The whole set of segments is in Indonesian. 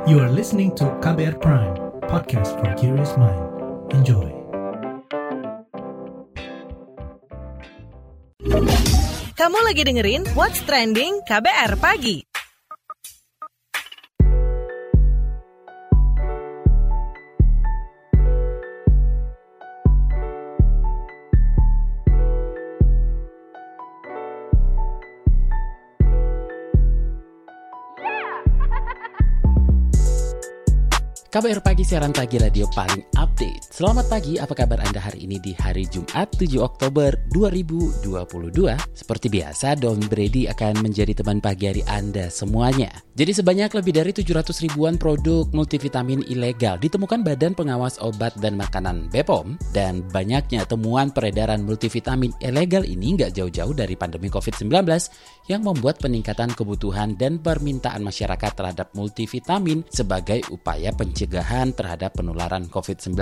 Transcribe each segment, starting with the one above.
You are listening to KBR Prime, podcast for curious mind. Enjoy. Kamu lagi dengerin What's Trending KBR Pagi. KBR Pagi, siaran pagi radio paling update. Selamat pagi, apa kabar Anda hari ini di hari Jumat 7 Oktober 2022? Seperti biasa, Don Brady akan menjadi teman pagi hari Anda semuanya. Jadi sebanyak lebih dari 700 ribuan produk multivitamin ilegal ditemukan Badan Pengawas Obat dan Makanan BPOM. Dan banyaknya temuan peredaran multivitamin ilegal ini nggak jauh-jauh dari pandemi COVID-19 yang membuat peningkatan kebutuhan dan permintaan masyarakat terhadap multivitamin sebagai upaya pencegahan terhadap penularan COVID-19.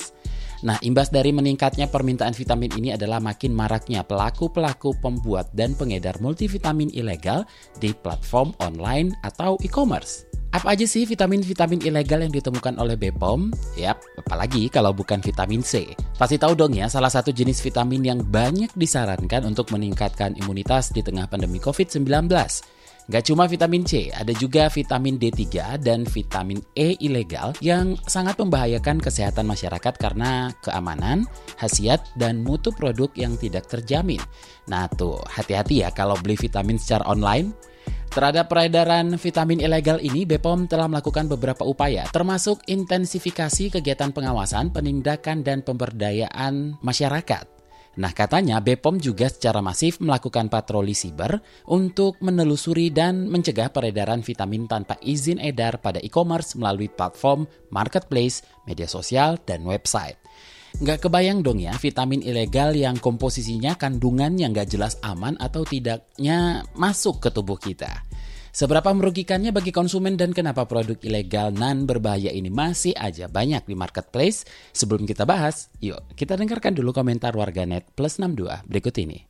Nah, imbas dari meningkatnya permintaan vitamin ini adalah makin maraknya pelaku-pelaku pembuat dan pengedar multivitamin ilegal di platform online atau e-commerce. Apa aja sih vitamin-vitamin ilegal yang ditemukan oleh BPOM? Yap, apalagi kalau bukan vitamin C. Pasti tahu dong ya, salah satu jenis vitamin yang banyak disarankan untuk meningkatkan imunitas di tengah pandemi COVID-19. Gak cuma vitamin C, ada juga vitamin D3 dan vitamin E ilegal yang sangat membahayakan kesehatan masyarakat karena keamanan, khasiat, dan mutu produk yang tidak terjamin. Nah tuh, hati-hati ya kalau beli vitamin secara online. Terhadap peredaran vitamin ilegal ini, BPOM telah melakukan beberapa upaya, termasuk intensifikasi kegiatan pengawasan, penindakan, dan pemberdayaan masyarakat. Nah, katanya BPOM juga secara masif melakukan patroli siber untuk menelusuri dan mencegah peredaran vitamin tanpa izin edar pada e-commerce melalui platform, marketplace, media sosial, dan website. Nggak kebayang dong ya, vitamin ilegal yang komposisinya kandungannya nggak jelas aman atau tidaknya masuk ke tubuh kita. Seberapa merugikannya bagi konsumen dan kenapa produk ilegal nan berbahaya ini masih aja banyak di marketplace? Sebelum kita bahas, yuk kita dengarkan dulu komentar warganet plus 62 berikut ini.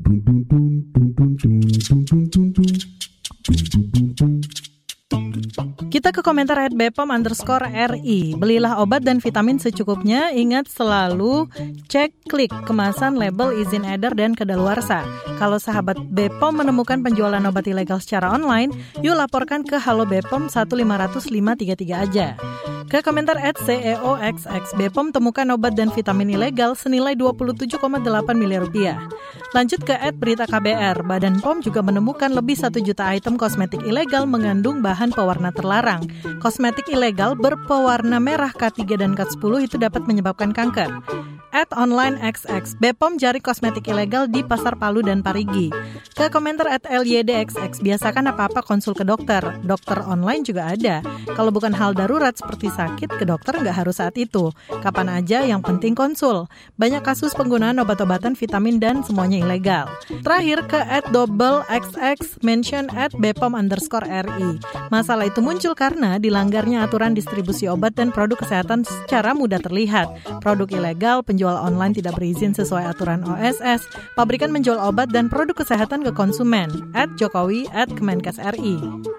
Kita ke komentar @bpom_ri. Belilah obat dan vitamin secukupnya. Ingat selalu cek klik kemasan, label, izin edar, dan kedaluarsa. Kalau sahabat BPOM menemukan penjualan obat ilegal secara online, yuk laporkan ke Halo BPOM 1500533 aja. Ke komentar @ceoxx, BPOM temukan obat dan vitamin ilegal senilai 27,8 miliar rupiah. Lanjut ke @berita KBR, Badan POM juga menemukan lebih 1 juta item kosmetik ilegal mengandung bahan pewarna terlarang. Kosmetik ilegal berpewarna merah K3 dan K10 itu dapat menyebabkan kanker. @onlinexx, BPOM jaring kosmetik ilegal di Pasar Palu dan Parigi. Ke komentar @lydxx, biasakan apa-apa konsul ke dokter. Dokter online juga ada. Kalau bukan hal darurat seperti sakit, ke dokter nggak harus saat itu. Kapan aja yang penting konsul. Banyak kasus penggunaan obat-obatan, vitamin, dan semuanya ilegal. Terakhir ke @xx, mention @bpom_ri. Masalah itu muncul karena dilanggarnya aturan distribusi obat dan produk kesehatan secara mudah terlihat. Produk ilegal, penjual online tidak berizin sesuai aturan OSS, pabrikan menjual obat dan produk kesehatan ke konsumen. @jokowi @kemenkes.ri.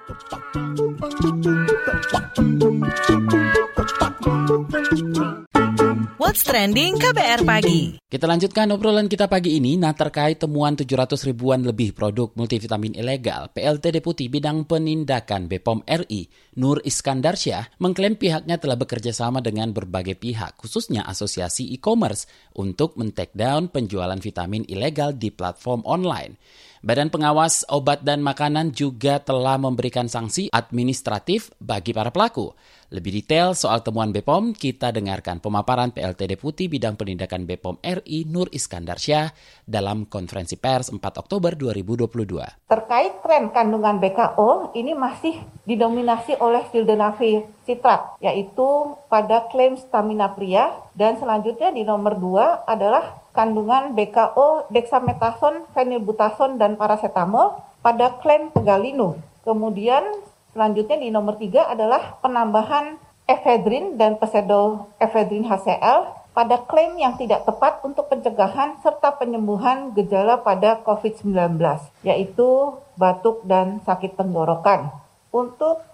What's Trending KBR Pagi. Kita lanjutkan obrolan kita pagi ini. Nah, terkait temuan 700 ribuan lebih produk multivitamin ilegal, PLT Deputi Bidang Penindakan BPOM RI, Nur Iskandarsyah, mengklaim pihaknya telah bekerja sama dengan berbagai pihak, khususnya asosiasi e-commerce, untuk men-take down penjualan vitamin ilegal di platform online. Badan Pengawas Obat dan Makanan juga telah memberikan sanksi administratif bagi para pelaku. Lebih detail soal temuan BPOM, kita dengarkan pemaparan PLT Deputi Bidang Penindakan BPOM RI Nur Iskandarsyah dalam konferensi pers 4 Oktober 2022. Terkait tren kandungan BKO, ini masih didominasi oleh sildenafil sitrat, yaitu pada klaim stamina pria, dan selanjutnya di nomor 2 adalah kandungan BKO, dexamethasone, phenylbutazone, dan paracetamol pada klaim pegalinu. Kemudian selanjutnya di nomor 3 adalah penambahan ephedrine dan pseudoephedrine HCl pada klaim yang tidak tepat untuk pencegahan serta penyembuhan gejala pada COVID-19, yaitu batuk dan sakit tenggorokan. Untuk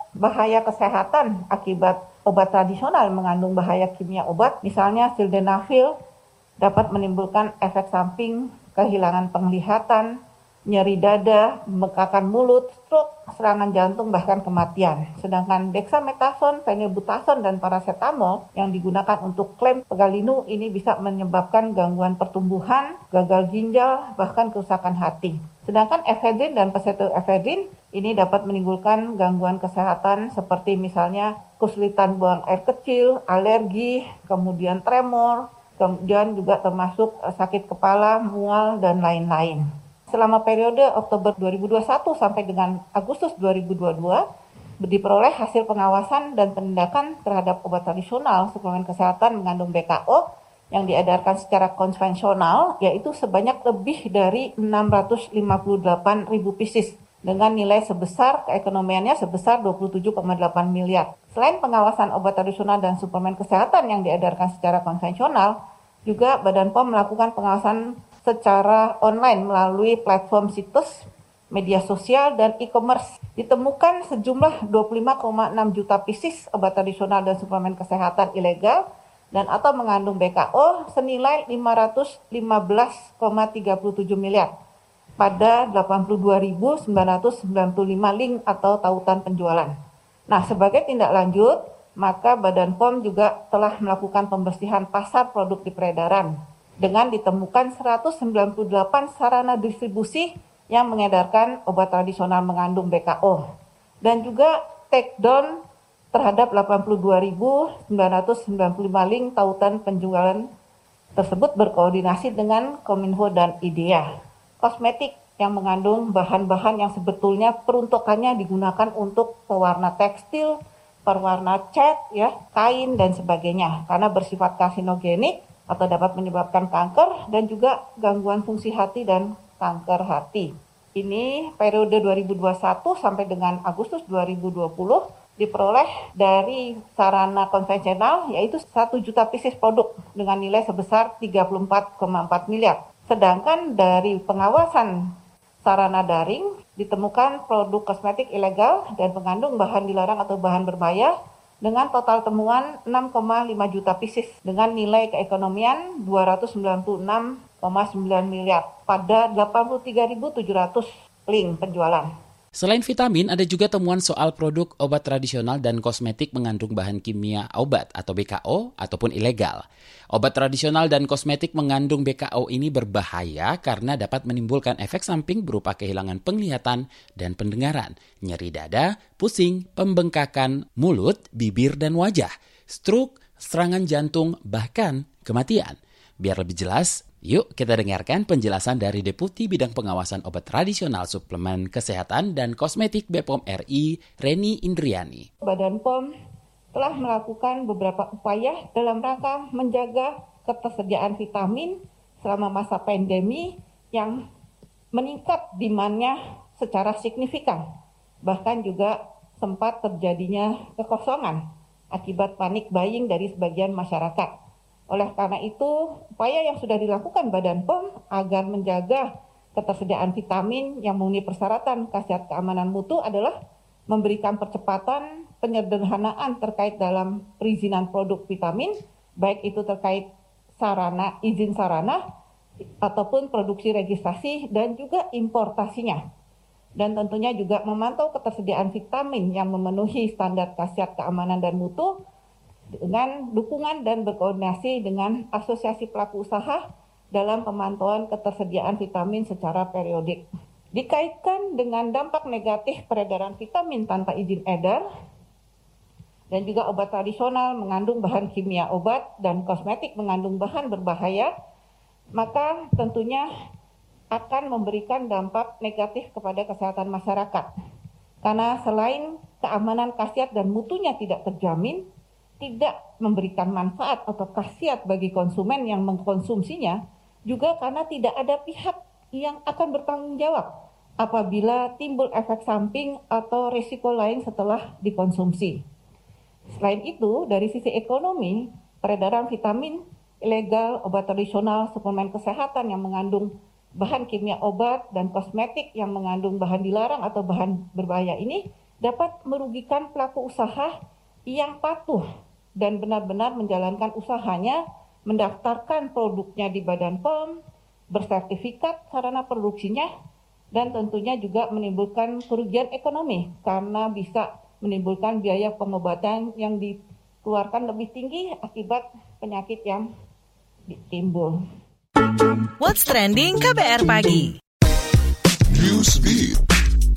bahaya kesehatan akibat obat tradisional mengandung bahaya kimia obat, misalnya sildenafil dapat menimbulkan efek samping kehilangan penglihatan, nyeri dada, membengkakan mulut, stroke, serangan jantung, bahkan kematian. Sedangkan dexamethasone, phenylbutazone, dan paracetamol yang digunakan untuk klaim pegalinu ini bisa menyebabkan gangguan pertumbuhan, gagal ginjal, bahkan kerusakan hati. Sedangkan efedrin dan pseudoefedrin ini dapat menimbulkan gangguan kesehatan seperti misalnya kesulitan buang air kecil, alergi, kemudian tremor, kemudian juga termasuk sakit kepala, mual, dan lain-lain. Selama periode Oktober 2021 sampai dengan Agustus 2022, diperoleh hasil pengawasan dan penindakan terhadap obat tradisional suplemen kesehatan mengandung BKO yang diedarkan secara konvensional, yaitu sebanyak lebih dari 658.000 pieces dengan nilai sebesar, keekonomiannya sebesar 27,8 miliar. Selain pengawasan obat tradisional dan suplemen kesehatan yang diedarkan secara konvensional, juga Badan POM melakukan pengawasan secara online melalui platform situs, media sosial, dan e-commerce. Ditemukan sejumlah 25,6 juta pieces obat tradisional dan suplemen kesehatan ilegal dan atau mengandung BKO senilai 515,37 miliar pada 82.995 link atau tautan penjualan. Nah, sebagai tindak lanjut, maka Badan POM juga telah melakukan pembersihan pasar produk di peredaran dengan ditemukan 198 sarana distribusi yang mengedarkan obat tradisional mengandung BKO. Dan juga take down terhadap 82.995 link tautan penjualan tersebut berkoordinasi dengan Kominfo dan IDEA. Kosmetik yang mengandung bahan-bahan yang sebetulnya peruntukannya digunakan untuk pewarna tekstil, pewarna cat, kain, dan sebagainya. Karena bersifat karsinogenik, atau dapat menyebabkan kanker dan juga gangguan fungsi hati dan kanker hati. Ini periode 2021 sampai dengan Agustus 2020 diperoleh dari sarana konvensional yaitu 1 juta pieces produk dengan nilai sebesar 34,4 miliar. Sedangkan dari pengawasan sarana daring ditemukan produk kosmetik ilegal dan mengandung bahan dilarang atau bahan berbahaya dengan total temuan 6,5 juta pieces dengan nilai keekonomian 296,9 miliar pada 83.700 link penjualan. Selain vitamin, ada juga temuan soal produk obat tradisional dan kosmetik mengandung bahan kimia obat atau BKO ataupun ilegal. Obat tradisional dan kosmetik mengandung BKO ini berbahaya karena dapat menimbulkan efek samping berupa kehilangan penglihatan dan pendengaran, nyeri dada, pusing, pembengkakan mulut, bibir, dan wajah, stroke, serangan jantung, bahkan kematian. Biar lebih jelas, yuk kita dengarkan penjelasan dari Deputi Bidang Pengawasan Obat Tradisional Suplemen Kesehatan dan Kosmetik BPOM RI, Reni Indriani. Badan POM telah melakukan beberapa upaya dalam rangka menjaga ketersediaan vitamin selama masa pandemi yang meningkat demand-nya secara signifikan. Bahkan juga sempat terjadinya kekosongan akibat panik buying dari sebagian masyarakat. Oleh karena itu, upaya yang sudah dilakukan Badan POM agar menjaga ketersediaan vitamin yang memenuhi persyaratan khasiat keamanan mutu adalah memberikan percepatan penyederhanaan terkait dalam perizinan produk vitamin, baik itu terkait sarana, izin sarana, ataupun produksi registrasi dan juga importasinya. Dan tentunya juga memantau ketersediaan vitamin yang memenuhi standar khasiat keamanan dan mutu, dengan dukungan dan berkoordinasi dengan asosiasi pelaku usaha dalam pemantauan ketersediaan vitamin secara periodik. Dikaitkan dengan dampak negatif peredaran vitamin tanpa izin edar dan juga obat tradisional mengandung bahan kimia obat dan kosmetik mengandung bahan berbahaya, maka tentunya akan memberikan dampak negatif kepada kesehatan masyarakat. Karena selain keamanan khasiat dan mutunya tidak terjamin, tidak memberikan manfaat atau khasiat bagi konsumen yang mengkonsumsinya, juga karena tidak ada pihak yang akan bertanggung jawab apabila timbul efek samping atau risiko lain setelah dikonsumsi. Selain itu, dari sisi ekonomi, peredaran vitamin ilegal, obat tradisional, suplemen kesehatan yang mengandung bahan kimia obat, dan kosmetik yang mengandung bahan dilarang atau bahan berbahaya ini dapat merugikan pelaku usaha yang patuh dan benar-benar menjalankan usahanya, mendaftarkan produknya di Badan POM, bersertifikat sarana produksinya, dan tentunya juga menimbulkan kerugian ekonomi karena bisa menimbulkan biaya pengobatan yang dikeluarkan lebih tinggi akibat penyakit yang timbul. What's Trending KBR Pagi. Newsbeat.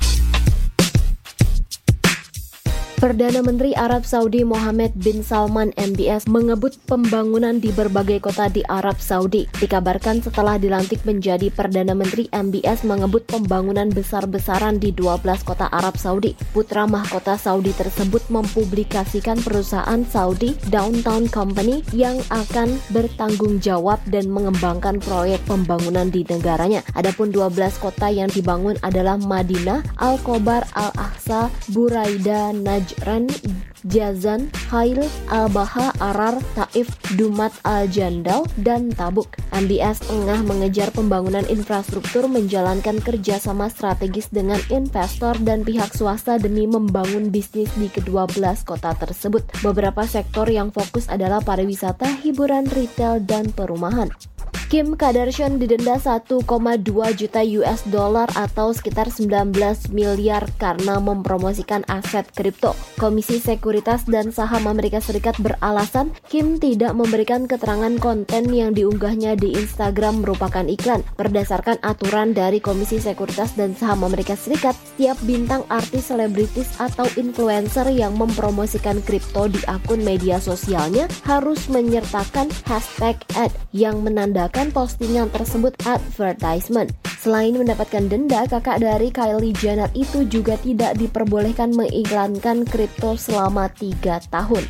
Perdana Menteri Arab Saudi Mohammed bin Salman MBS mengebut pembangunan di berbagai kota di Arab Saudi. Dikabarkan setelah dilantik menjadi Perdana Menteri, MBS mengebut pembangunan besar-besaran di 12 kota Arab Saudi. Putra mahkota Saudi tersebut mempublikasikan perusahaan Saudi Downtown Company yang akan bertanggung jawab dan mengembangkan proyek pembangunan di negaranya. Adapun 12 kota yang dibangun adalah Madinah, Al-Khobar, Al-Aqsa, Buraida, Najran, Jazan, Khail, Al-Baha, Arar, Taif, Dumat, Al-Jandal, dan Tabuk. MBS tengah mengejar pembangunan infrastruktur, menjalankan kerjasama strategis dengan investor dan pihak swasta demi membangun bisnis di ke-12 kota tersebut. Beberapa sektor yang fokus adalah pariwisata, hiburan, retail, dan perumahan. Kim Kardashian didenda 1,2 juta US dollar atau sekitar 19 miliar karena mempromosikan aset kripto. Komisi Sekuritas dan Saham Amerika Serikat beralasan Kim tidak memberikan keterangan konten yang diunggahnya di Instagram merupakan iklan. Berdasarkan aturan dari Komisi Sekuritas dan Saham Amerika Serikat, setiap bintang, artis, selebritis, atau influencer yang mempromosikan kripto di akun media sosialnya harus menyertakan hashtag ad yang menandakan postingan tersebut advertisement. Selain mendapatkan denda, kakak dari Kylie Jenner itu juga tidak diperbolehkan mengiklankan kripto selama 3 tahun.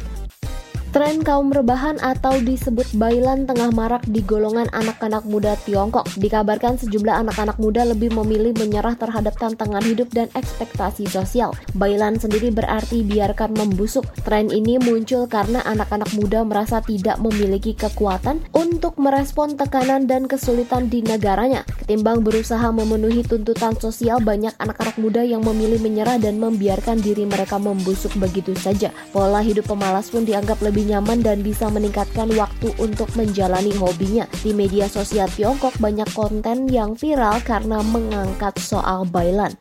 Tren kaum rebahan atau disebut bailan tengah marak di golongan anak-anak muda Tiongkok. Dikabarkan sejumlah anak-anak muda lebih memilih menyerah terhadap tantangan hidup dan ekspektasi sosial. Bailan sendiri berarti biarkan membusuk. Tren ini muncul karena anak-anak muda merasa tidak memiliki kekuatan untuk merespon tekanan dan kesulitan di negaranya. Ketimbang berusaha memenuhi tuntutan sosial, banyak anak-anak muda yang memilih menyerah dan membiarkan diri mereka membusuk begitu saja. Pola hidup pemalas pun dianggap lebih nyaman dan bisa meningkatkan waktu untuk menjalani hobinya. Di media sosial Tiongkok banyak konten yang viral karena mengangkat soal bailan.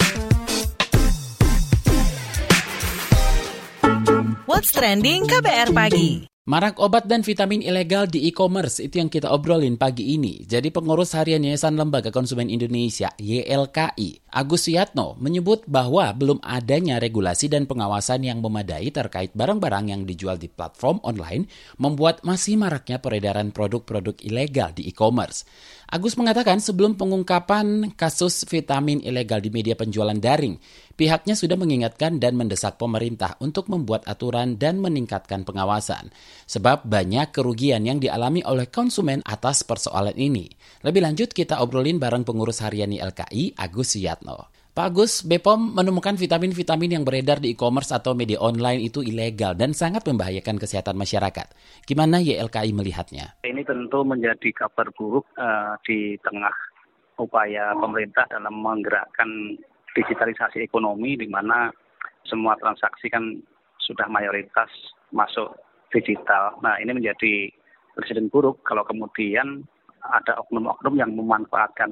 What's Trending KBR Pagi. Marak obat dan vitamin ilegal di e-commerce, itu yang kita obrolin pagi ini. Jadi pengurus harian Yayasan Lembaga Konsumen Indonesia, YLKI, Agus Suyatno, menyebut bahwa belum adanya regulasi dan pengawasan yang memadai terkait barang-barang yang dijual di platform online, membuat masih maraknya peredaran produk-produk ilegal di e-commerce. Agus mengatakan sebelum pengungkapan kasus vitamin ilegal di media penjualan daring, pihaknya sudah mengingatkan dan mendesak pemerintah untuk membuat aturan dan meningkatkan pengawasan. Sebab banyak kerugian yang dialami oleh konsumen atas persoalan ini. Lebih lanjut kita obrolin bareng pengurus harian YLKI, Agus Suyatno. Pak Agus, BPOM menemukan vitamin-vitamin yang beredar di e-commerce atau media online itu ilegal dan sangat membahayakan kesehatan masyarakat. Gimana YLKI melihatnya? Ini tentu menjadi kabar buruk di tengah upaya pemerintah dalam menggerakkan digitalisasi ekonomi, di mana semua transaksi kan sudah mayoritas masuk digital. Nah, ini menjadi presiden buruk kalau kemudian ada oknum-oknum yang memanfaatkan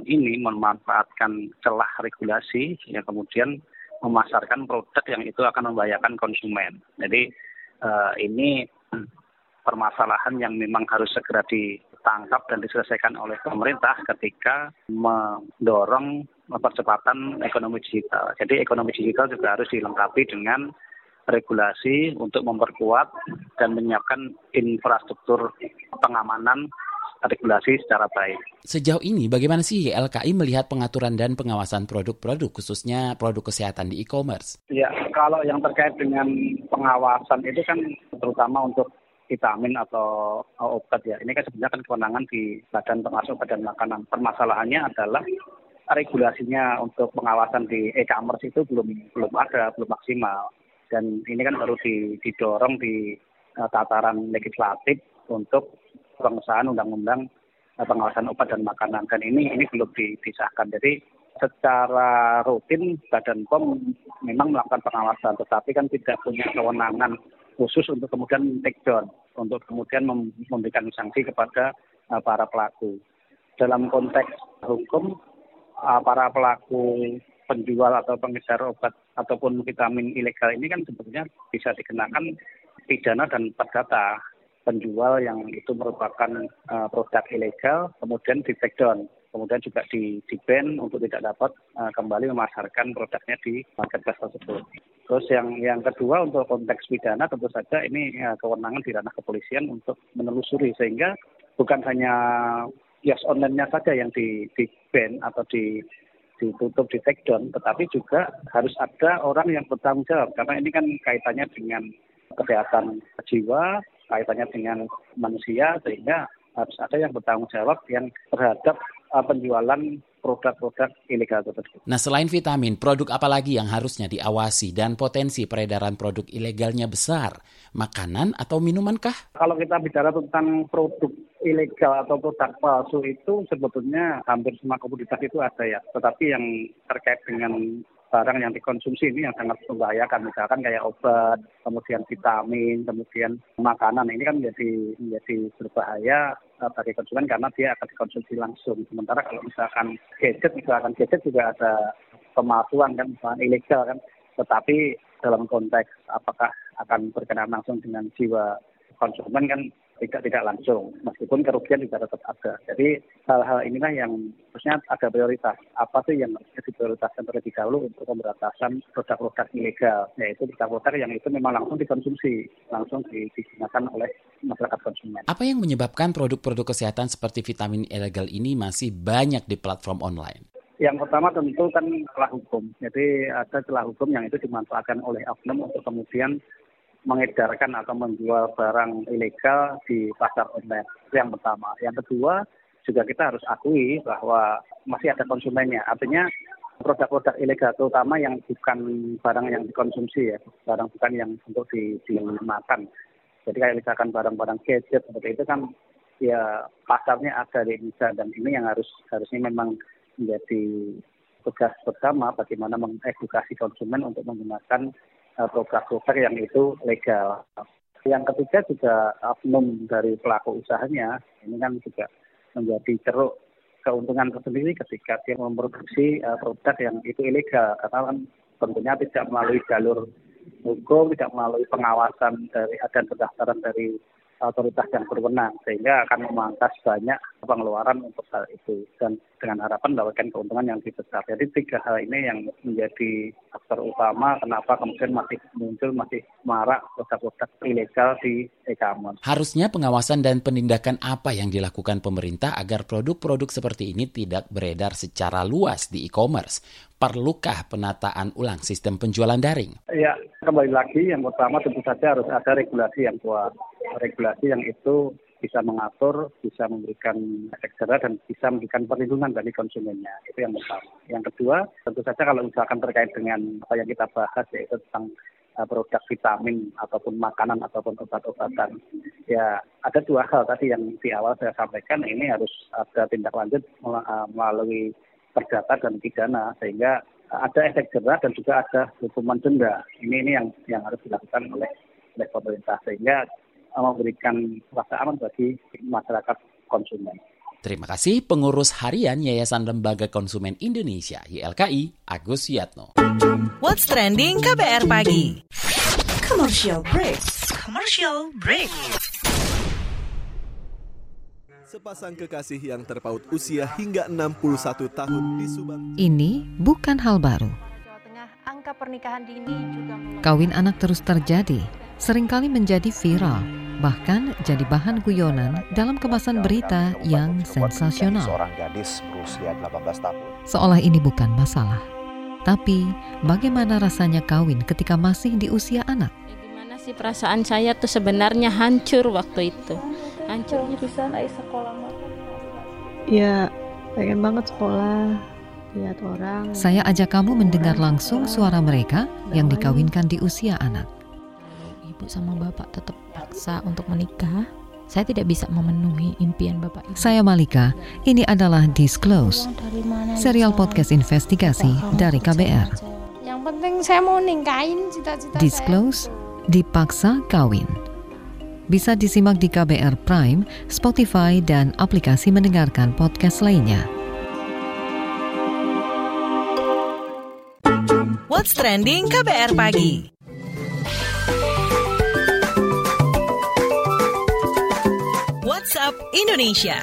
celah regulasi yang kemudian memasarkan produk yang itu akan membahayakan konsumen. Jadi ini permasalahan yang memang harus segera ditangkap dan diselesaikan oleh pemerintah ketika mendorong percepatan ekonomi digital. Jadi ekonomi digital juga harus dilengkapi dengan regulasi untuk memperkuat dan menyiapkan infrastruktur pengamanan regulasi secara baik. Sejauh ini bagaimana sih YLKI melihat pengaturan dan pengawasan produk-produk, khususnya produk kesehatan di e-commerce? Ya, kalau yang terkait dengan pengawasan itu kan terutama untuk vitamin atau obat ya. Ini kan sebenarnya kan kewenangan di Badan Pengawas Obat dan Makanan. Permasalahannya adalah regulasinya untuk pengawasan di e-commerce itu belum ada, belum maksimal. Dan ini kan baru didorong di tataran legislatif untuk pengesahan undang-undang pengawasan obat dan makanan, dan ini belum disahkan. Jadi Secara rutin Badan POM memang melakukan pengawasan, tetapi kan tidak punya kewenangan khusus untuk kemudian take down, untuk kemudian memberikan sanksi kepada para pelaku. Dalam konteks hukum, para pelaku penjual atau pengedar obat ataupun vitamin ilegal ini kan sebetulnya bisa dikenakan pidana dan perdata. Penjual yang itu merupakan produk ilegal kemudian di take down. Kemudian juga di-ban untuk tidak dapat kembali memasarkan produknya di marketplace tersebut. Terus yang kedua untuk konteks pidana tentu saja ini kewenangan di ranah kepolisian untuk menelusuri sehingga bukan hanya kios online-nya saja yang di-ban atau ditutup, di take down, tetapi juga harus ada orang yang bertanggung jawab karena ini kan kaitannya dengan kesehatan jiwa, kaitannya dengan manusia sehingga harus ada yang bertanggung jawab yang terhadap penjualan produk-produk ilegal tersebut. Nah, selain vitamin, produk apa lagi yang harusnya diawasi dan potensi peredaran produk ilegalnya besar? Makanan atau minuman kah? Kalau kita bicara tentang produk ilegal atau produk palsu itu sebetulnya hampir semua komoditas itu ada ya. Tetapi yang terkait dengan barang yang dikonsumsi ini yang sangat membahayakan, misalkan kayak obat, kemudian vitamin, kemudian makanan, ini kan menjadi berbahaya bagi konsumen karena dia akan dikonsumsi langsung. Sementara kalau misalkan gadget juga ada pemalsuan kan, misalkan ilegal kan, tetapi dalam konteks apakah akan berkenaan langsung dengan jiwa konsumen kan tidak langsung, meskipun kerugian juga tetap ada. Jadi hal-hal inilah yang harusnya ada prioritas. Apa sih yang harusnya diprioritaskan terlebih dahulu untuk pemberantasan produk-produk ilegal, yaitu produk-produk yang itu memang langsung dikonsumsi, langsung digunakan oleh masyarakat konsumen. Apa yang menyebabkan produk-produk kesehatan seperti vitamin ilegal ini masih banyak di platform online? Yang pertama tentu kan celah hukum. Jadi ada celah hukum yang itu dimanfaatkan oleh oknum untuk kemudian mengedarkan atau menjual barang ilegal di pasar online. Itu yang pertama. Yang kedua, juga kita harus akui bahwa masih ada konsumennya. Artinya produk-produk ilegal, terutama yang bukan barang yang dikonsumsi ya, barang bukan yang untuk dimakan. Jadi kayak misalkan barang-barang gadget seperti itu kan ya pasarnya ada di Indonesia dan ini yang harusnya memang menjadi tugas bersama bagaimana mengedukasi konsumen untuk menggunakan produk-produk yang itu legal. Yang ketiga juga oknum dari pelaku usahanya, ini kan juga menjadi ceruk keuntungan tersendiri ketika dia memproduksi produk yang itu ilegal, karena kan tentunya tidak melalui jalur hukum, tidak melalui pengawasan dan pendaftaran dari otoritas yang berwenang, sehingga akan memangkas banyak pengeluaran untuk hal itu dan dengan harapan mendapatkan keuntungan yang lebih besar. Jadi 3 hal ini yang menjadi faktor utama kenapa kemudian masih marak produk-produk ilegal di e-commerce. Harusnya pengawasan dan penindakan apa yang dilakukan pemerintah agar produk-produk seperti ini tidak beredar secara luas di e-commerce? Perlukah penataan ulang sistem penjualan daring? Ya, kembali lagi yang pertama tentu saja harus ada regulasi yang kuat. Regulasi yang itu bisa mengatur, bisa memberikan efek jerah dan bisa memberikan perlindungan bagi konsumennya. Itu yang pertama. Yang kedua, tentu saja kalau misalkan terkait dengan apa yang kita bahas yaitu tentang produk vitamin ataupun makanan ataupun obat-obatan. Ya, ada 2 hal tadi yang di awal saya sampaikan, ini harus ada tindak lanjut melalui perdata dan pidana sehingga ada efek jerah dan juga ada hukuman denda. Ini yang harus dilakukan oleh pemerintah sehingga memberikan rasa aman bagi masyarakat konsumen. Terima kasih Pengurus Harian Yayasan Lembaga Konsumen Indonesia YLKI Agus Yatno. What's Trending KBR Pagi. Commercial break. Sepasang kekasih yang terpaut usia hingga 61 tahun di Subang. Ini bukan hal baru. Jawa Tengah, angka pernikahan dini juga Kawin anak terus terjadi, seringkali menjadi viral, bahkan jadi bahan guyonan dalam kemasan berita yang sensasional. Seorang gadis berusia 18 tahun. Seolah ini bukan masalah. Tapi, bagaimana rasanya kawin ketika masih di usia anak? Gimana sih perasaan saya tuh sebenarnya hancur waktu itu. Hancurnya bisa naik sekolah. Ya, pengen banget sekolah, lihat orang. Saya ajak kamu mendengar langsung suara mereka yang dikawinkan di usia anak. Ibu sama bapak tetap paksa untuk menikah, saya tidak bisa memenuhi impian Bapak Ibu. Saya Malika, ini adalah Disclose, serial podcast investigasi dari KBR. Yang penting saya mau ningkain cita-cita Disclose, dipaksa kawin. Bisa disimak di KBR Prime, Spotify, dan aplikasi mendengarkan podcast lainnya. What's Trending KBR Pagi. WhatsApp Indonesia.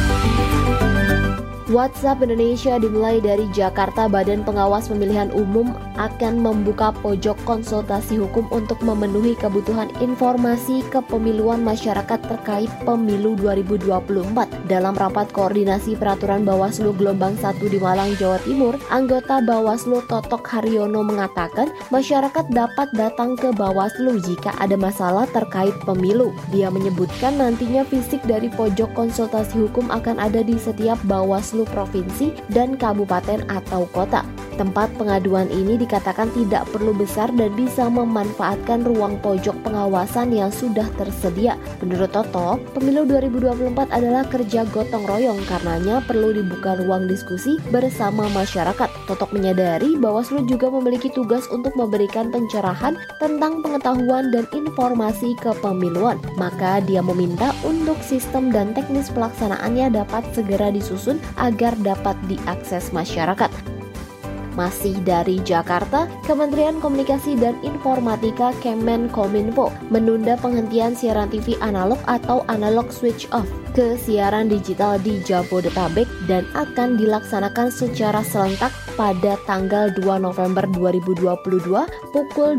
WhatsApp Indonesia dimulai dari Jakarta. Badan Pengawas Pemilihan Umum akan membuka pojok konsultasi hukum untuk memenuhi kebutuhan informasi kepemiluan masyarakat terkait pemilu 2024. Dalam rapat koordinasi peraturan Bawaslu gelombang 1 di Malang, Jawa Timur, anggota Bawaslu Totok Haryono mengatakan masyarakat dapat datang ke Bawaslu jika ada masalah terkait pemilu. Dia menyebutkan nantinya fisik dari pojok konsultasi hukum akan ada di setiap Bawaslu provinsi dan kabupaten atau kota. Tempat pengaduan ini dikatakan tidak perlu besar dan bisa memanfaatkan ruang pojok pengawasan yang sudah tersedia. Menurut Totok, pemilu 2024 adalah kerja gotong royong, karenanya perlu dibuka ruang diskusi bersama masyarakat. Totok menyadari Bawaslu juga memiliki tugas untuk memberikan pencerahan tentang pengetahuan dan informasi kepemiluan. Maka dia meminta untuk sistem dan teknis pelaksanaannya dapat segera disusun agar dapat diakses masyarakat. Masih dari Jakarta, Kementerian Komunikasi dan Informatika Kemenkominfo menunda penghentian siaran TV analog atau analog switch off ke siaran digital di Jabodetabek dan akan dilaksanakan secara serentak pada tanggal 2 November 2022 pukul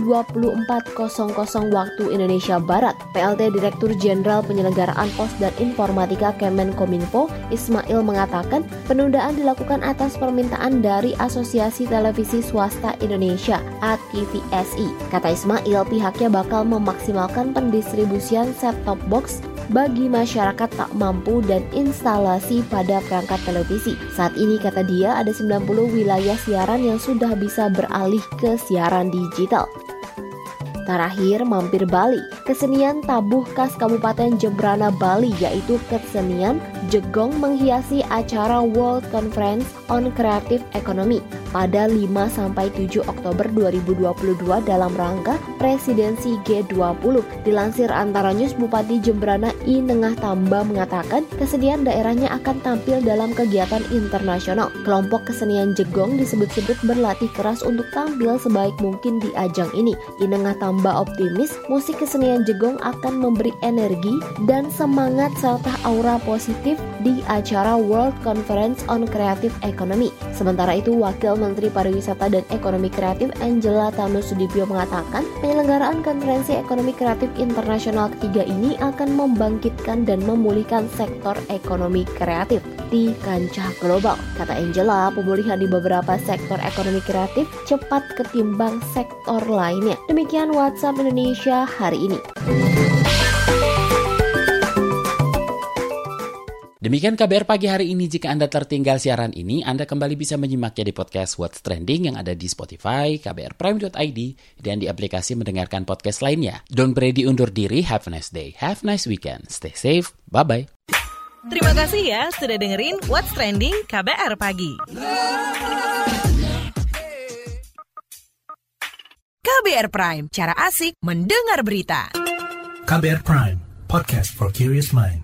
24.00 waktu Indonesia Barat. PLT Direktur Jenderal Penyelenggaraan Pos dan Informatika Kemenkominfo, Ismail mengatakan penundaan dilakukan atas permintaan dari Asosiasi Televisi Swasta Indonesia (ATVSI). Kata Ismail, pihaknya bakal memaksimalkan pendistribusian set-top box bagi masyarakat tak mampu dan instalasi pada perangkat televisi. Saat ini, kata dia, ada 90 wilayah siaran yang sudah bisa beralih ke siaran digital. Terakhir, mampir Bali. Kesenian tabuh khas Kabupaten Jembrana, Bali, yaitu kesenian Jegong, menghiasi acara World Conference on Creative Economy pada 5-7 Oktober 2022 dalam rangka presidensi G20. Dilansir Antara News, Bupati Jembrana I Nengah Tamba mengatakan kesenian daerahnya akan tampil dalam kegiatan internasional. Kelompok kesenian Jegong disebut-sebut berlatih keras untuk tampil sebaik mungkin di ajang ini. I Nengah Tamba optimis musik kesenian Jegong akan memberi energi dan semangat serta aura positif di acara World Conference on Creative Economy. Sementara itu, Wakil Menteri Pariwisata dan Ekonomi Kreatif Angela Tanu-Sudibyo mengatakan penyelenggaraan konferensi ekonomi kreatif internasional ketiga ini akan membangkitkan dan memulihkan sektor ekonomi kreatif di kancah global. Kata Angela, pemulihan di beberapa sektor ekonomi kreatif cepat ketimbang sektor lainnya. Demikian WhatsApp Indonesia hari ini. Demikian KBR Pagi hari ini. Jika Anda tertinggal siaran ini, Anda kembali bisa menyimaknya di podcast What's Trending yang ada di Spotify, kbrprime.id, dan di aplikasi mendengarkan podcast lainnya. Don't Brady undur diri. Have a nice day. Have a nice weekend. Stay safe. Bye-bye. Terima kasih ya sudah dengerin What's Trending KBR Pagi. KBR Prime, cara asik mendengar berita. KBR Prime, podcast for curious mind.